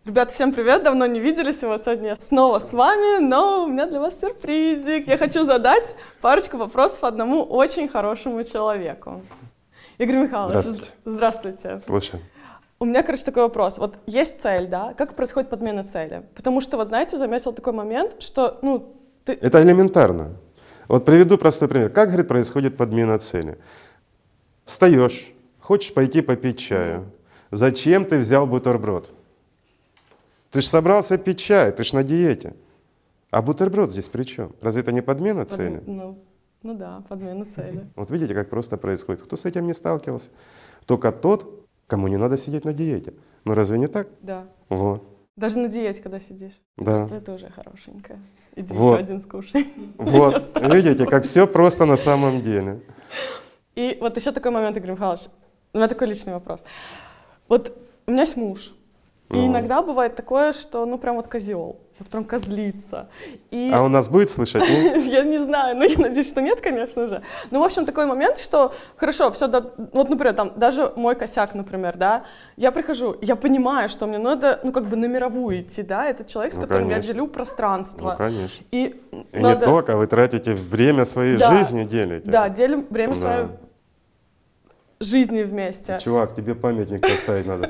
Ребят, всем привет! Давно не виделись, и вот сегодня я снова с вами, но у меня для вас сюрпризик. Я хочу задать парочку вопросов одному очень хорошему человеку. Игорь Михайлович, здравствуйте. Слушай. У меня, такой вопрос. Вот есть цель, да? Как происходит подмена цели? Потому что, вот знаете, заметил такой момент, что, Это элементарно. Вот приведу простой пример. Как, говорит, происходит подмена цели? Встаешь, хочешь пойти попить чаю. Зачем ты взял бутерброд? Ты же собрался пить чай, ты же на диете. А бутерброд здесь при чем? Разве это не подмена цели? Ну да, подмена цели. Вот видите, как просто происходит. Кто с этим не сталкивался? Только тот, кому не надо сидеть на диете. Ну разве не так? Да. Вот. Даже на диете, когда сидишь. Да. Это уже хорошенькое. Иди вот. еще один скушай. Вот. Видите, как все просто на самом деле. И вот еще такой момент, Игорь Михайлович. У меня такой личный вопрос. Вот у меня есть муж. И иногда бывает такое, что прям вот козел, вот прям козлица. А он нас будет слышать? Я не знаю, но я надеюсь, что нет, конечно же. Ну, в общем, такой момент, что хорошо, все, вот, например, там, даже мой косяк, например, да, я прихожу, я понимаю, что мне надо, на мировую идти, да, это человек, с которым я делю пространство. Ну, конечно. И не только вы тратите время своей жизни, делите. Да, делим время своей жизни вместе. Чувак, тебе памятник поставить надо.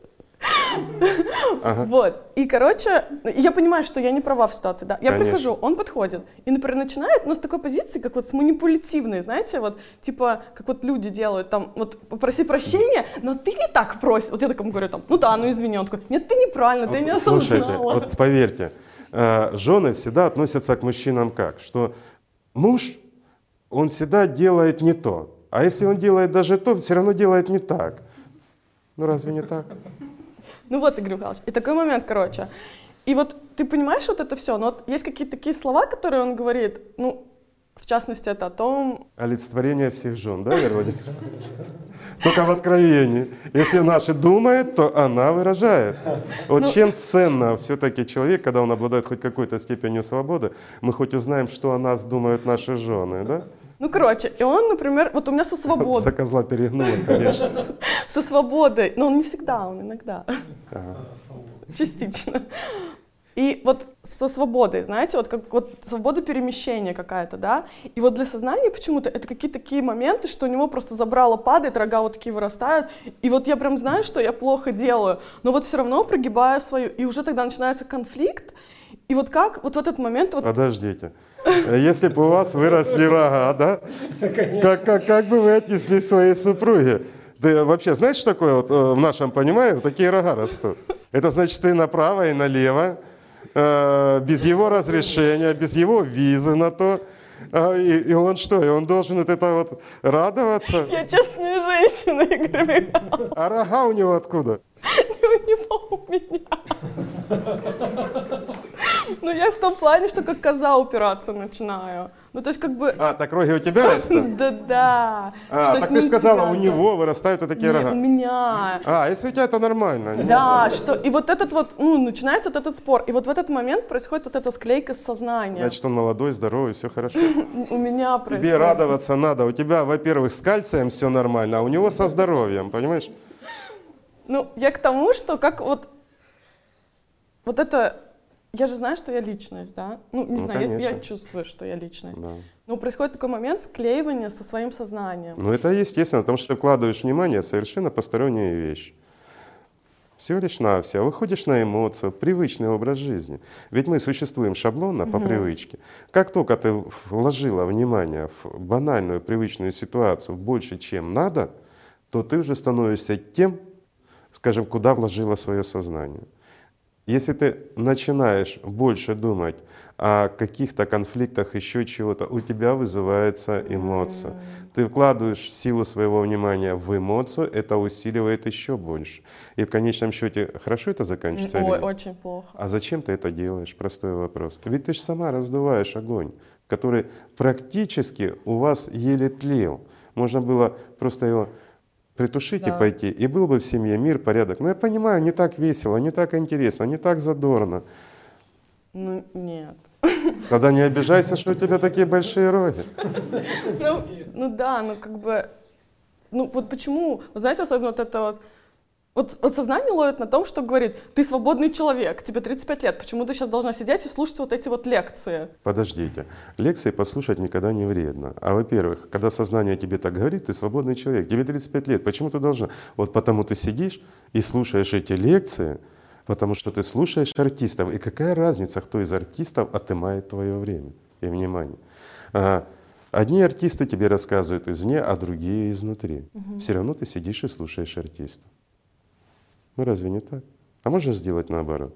Ага. Вот. И, я понимаю, что я не права в ситуации, да. Я прихожу, он подходит и, например, начинает, но с такой позиции, как вот с манипулятивной, знаете, вот, типа, как вот люди делают, там, вот, попроси прощения, но ты не так просишь. Вот я такому говорю, там, извини. Он такой, нет, ты неправильно, ты не осознала. Слушайте, вот поверьте, жены всегда относятся к мужчинам как? Что муж, он всегда делает не то. А если он делает даже то, все равно делает не так. Ну разве не так? Ну вот, Игорь Михайлович, и такой момент, И вот ты понимаешь вот это все, но вот есть какие-то такие слова, которые он говорит, в частности, это о том... Олицетворение всех жен, да, Вера Владимировна? Только в откровении. Если наша думает, то она выражает. Вот чем ценно все-таки человек, когда он обладает хоть какой-то степенью свободы, мы хоть узнаем, что о нас думают наши жены, да? И он, например, вот у меня со свободой. За козла перегнула, конечно. Со свободой, но он не всегда, он иногда. Частично. И вот со свободой, знаете, вот как вот свобода перемещения какая-то, да? И вот для сознания почему-то это какие-то такие моменты, что у него просто забрало падает, рога вот такие вырастают. И вот я прям знаю, что я плохо делаю, но вот все равно прогибаю свою. И уже тогда начинается конфликт. И вот как вот в этот момент... Вот... Подождите. Если бы у вас выросли рога, да? Как бы вы отнеслись к своей супруге? Ты вообще знаешь, что такое вот в нашем понимании вот такие рога растут? Это значит, ты направо и налево, без его разрешения, без его визы на то. И он что? И он должен от этого вот радоваться? Я честная женщина, Игорь Михайлович. А рога у него откуда? У него у меня. Но я в том плане, что как коза упираться начинаю. То есть как бы... Так роги у тебя растут? Да. Так ты же сказала, у него вырастают вот такие рога. У меня. Если у тебя это нормально. Да, что и вот этот вот, начинается вот этот спор. И вот в этот момент происходит вот эта склейка с сознанием. Значит, он молодой, здоровый, все хорошо. У меня происходит. Тебе радоваться надо. У тебя, во-первых, с кальцием все нормально, а у него со здоровьем, понимаешь? Я к тому, что как вот это... Я же знаю, что я личность, да? Не знаю, я чувствую, что я личность. Да. Но происходит такой момент склеивания со своим сознанием. Это естественно, потому что ты вкладываешь внимание в совершенно постороннюю вещь. Всего лишь навсего. Выходишь на эмоцию, привычный образ жизни. Ведь мы существуем шаблонно по привычке. Как только ты вложила внимание в банальную привычную ситуацию больше, чем надо, то ты уже становишься тем, скажем, куда вложила свое сознание. Если ты начинаешь больше думать о каких-то конфликтах, еще чего-то, у тебя вызывается эмоция. Ты вкладываешь силу своего внимания в эмоцию, это усиливает еще больше. И в конечном счете, хорошо это заканчивается? Ой, очень плохо. А зачем ты это делаешь? Простой вопрос. Ведь ты же сама раздуваешь огонь, который практически у вас еле тлел. Можно было просто его притушить и пойти, и был бы в семье мир, порядок. Но я понимаю, не так весело, не так интересно, не так задорно. Нет. Тогда не обижайся, что у тебя такие большие роги. Вот почему, вы знаете, особенно вот это вот, Вот сознание ловит на том, что говорит, ты свободный человек, тебе 35 лет, почему ты сейчас должна сидеть и слушать вот эти вот лекции? Подождите, лекции послушать никогда не вредно. А во-первых, когда сознание тебе так говорит, ты свободный человек, тебе 35 лет, почему ты должна? Вот потому ты сидишь и слушаешь эти лекции, потому что ты слушаешь артистов. И какая разница, кто из артистов отымает твое время и внимание? Одни артисты тебе рассказывают извне, а другие изнутри. Все равно ты сидишь и слушаешь артистов. Ну разве не так? А можно сделать наоборот?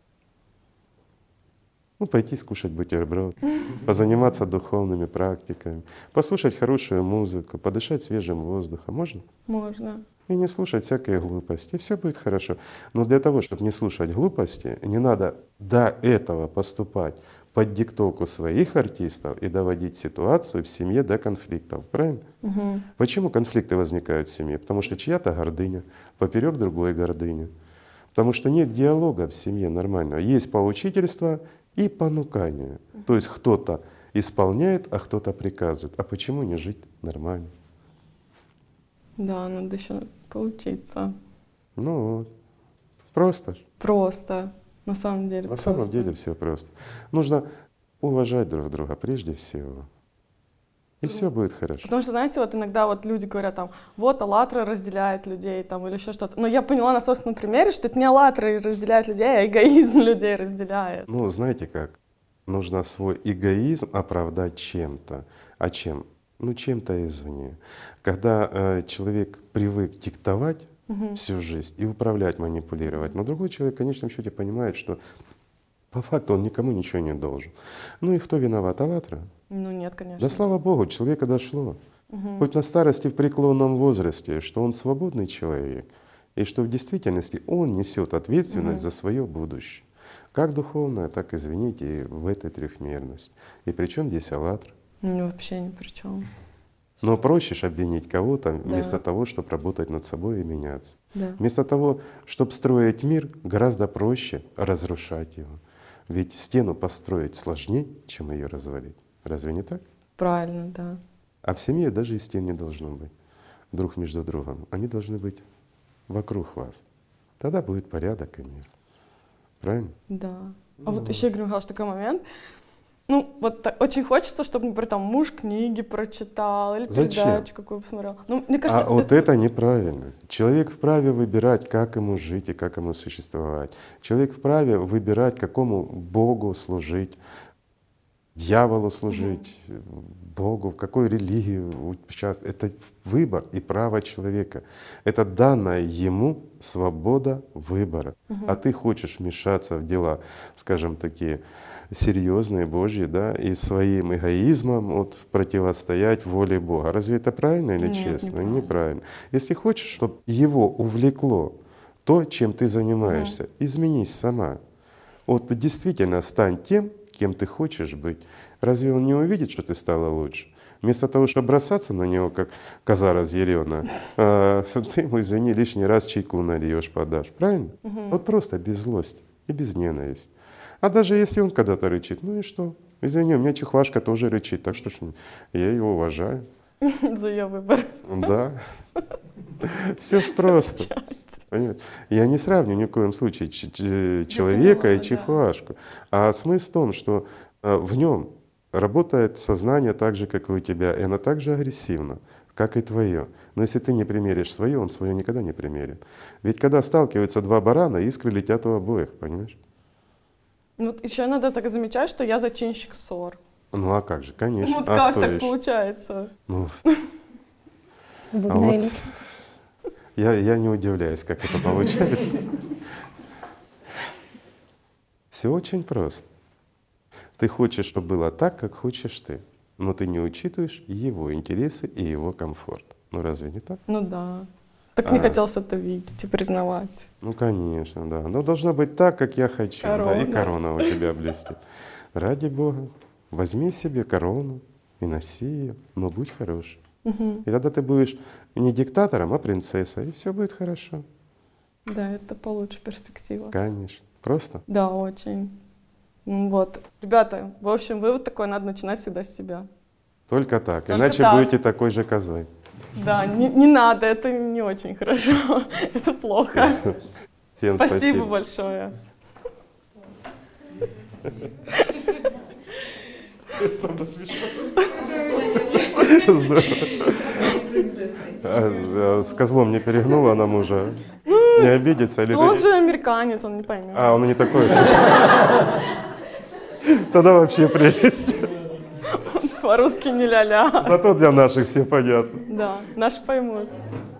Ну, пойти скушать бутерброд, позаниматься духовными практиками, послушать хорошую музыку, подышать свежим воздухом. Можно? Можно. И не слушать всякие глупости, и все будет хорошо. Но для того, чтобы не слушать глупости, не надо до этого поступать под диктовку своих артистов и доводить ситуацию в семье до конфликтов. Правильно? Почему конфликты возникают в семье? Потому что чья-то гордыня, поперек другой гордыни. Потому что нет диалога в семье нормального. Есть поучительство и понукание. То есть кто-то исполняет, а кто-то приказывает. А почему не жить нормально? Да, надо еще поучиться. Ну вот. Просто ж. Просто. На самом деле. На самом деле все просто. Нужно уважать друг друга прежде всего. И все будет хорошо. Потому что, знаете, вот иногда вот люди говорят там, вот аллатра разделяет людей там или еще что-то. Но я поняла на собственном примере, что это не аллатра разделяет людей, а эгоизм людей разделяет. Ну, знаете как? Нужно свой эгоизм оправдать чем-то. А чем? Ну, чем-то извне. Когда человек привык диктовать всю жизнь и управлять, манипулировать, но другой человек в конечном счете понимает, что по факту он никому ничего не должен. Ну и кто виноват? аллатра? Ну нет, конечно. Да слава Богу, человека дошло. Хоть на старости в преклонном возрасте, что он свободный человек, и что в действительности он несет ответственность за свое будущее. Как духовное, так, извините, и в этой трехмерности. И причем здесь аллатра? Ну, вообще ни при чем. Но проще ж обвинить кого-то, вместо того, чтобы работать над собой и меняться. Да. Вместо того, чтобы строить мир, гораздо проще разрушать его. Ведь стену построить сложнее, чем ее развалить. Разве не так? Правильно, да. А в семье даже и стен не должно быть друг между другом. Они должны быть вокруг вас. Тогда будет порядок и мир. Правильно? Да. А вот еще, Игорь Михайлович, такой момент. Ну, вот очень хочется, чтобы, например, там муж книги прочитал или передачу какую посмотрел. Ну, мне кажется, вот это неправильно. Человек вправе выбирать, как ему жить и как ему существовать. Человек вправе выбирать, какому Богу служить, дьяволу служить, Богу, в какой религии участвовать. Это выбор и право человека. Это данная ему свобода выбора. А ты хочешь вмешаться в дела, скажем, такие серьезные, Божьи, да, и своим эгоизмом вот противостоять воле Бога. Разве это правильно или честно? Неправильно. Если хочешь, чтобы его увлекло то, чем ты занимаешься, изменись сама. Вот действительно стань тем, кем ты хочешь быть. Разве он не увидит, что ты стала лучше? Вместо того, чтобы бросаться на него, как коза разъяренная, ты ему, извини, лишний раз чайку нальешь, подашь. Правильно? Вот просто без злости и без ненависти. А даже если он когда-то рычит, ну и что? Извини, у меня чехвашка тоже рычит, так что ж я его уважаю. За ее выбор. Да. Все ж просто. Понимаете? Я не сравню ни в коем случае человека и чехвашку. А смысл в том, что в нем работает сознание так же, как и у тебя, и оно так же агрессивно, как и твое. Но если ты не примеришь свое, он свое никогда не примерит. Ведь когда сталкиваются два барана, искры летят у обоих, понимаешь? Ну, еще надо так замечать, что я зачинщик ссор. Ну а как же, конечно. Вот а как кто так еще? Получается? Ну, я не удивляюсь, как это получается. Все очень просто. Ты хочешь, чтобы было так, как хочешь ты, но ты не учитываешь его интересы и его комфорт. Ну разве не так? Ну да. Так не хотелось это видеть и признавать. Ну конечно, да. Но должно быть так, как я хочу. Да, и корона у тебя блестит. Ради Бога, возьми себе корону и носи ее, но будь хорош. И тогда ты будешь не диктатором, а принцессой, и все будет хорошо. Да, это получше перспектива. Конечно. Просто? Да, очень. Вот. Ребята, в общем, вывод такой, надо начинать всегда с себя. Только так. Только Иначе так. будете такой же козой. Да, не надо, это не очень хорошо, это плохо. Всем Спасибо большое. Правда смешно. С козлом не перегнула она мужа? Не обидится? Или Он же американец, он не поймет. А, он не такой. Тогда вообще прелесть. По-русски не ля-ля. Зато для наших все понятно. Да, наши поймут.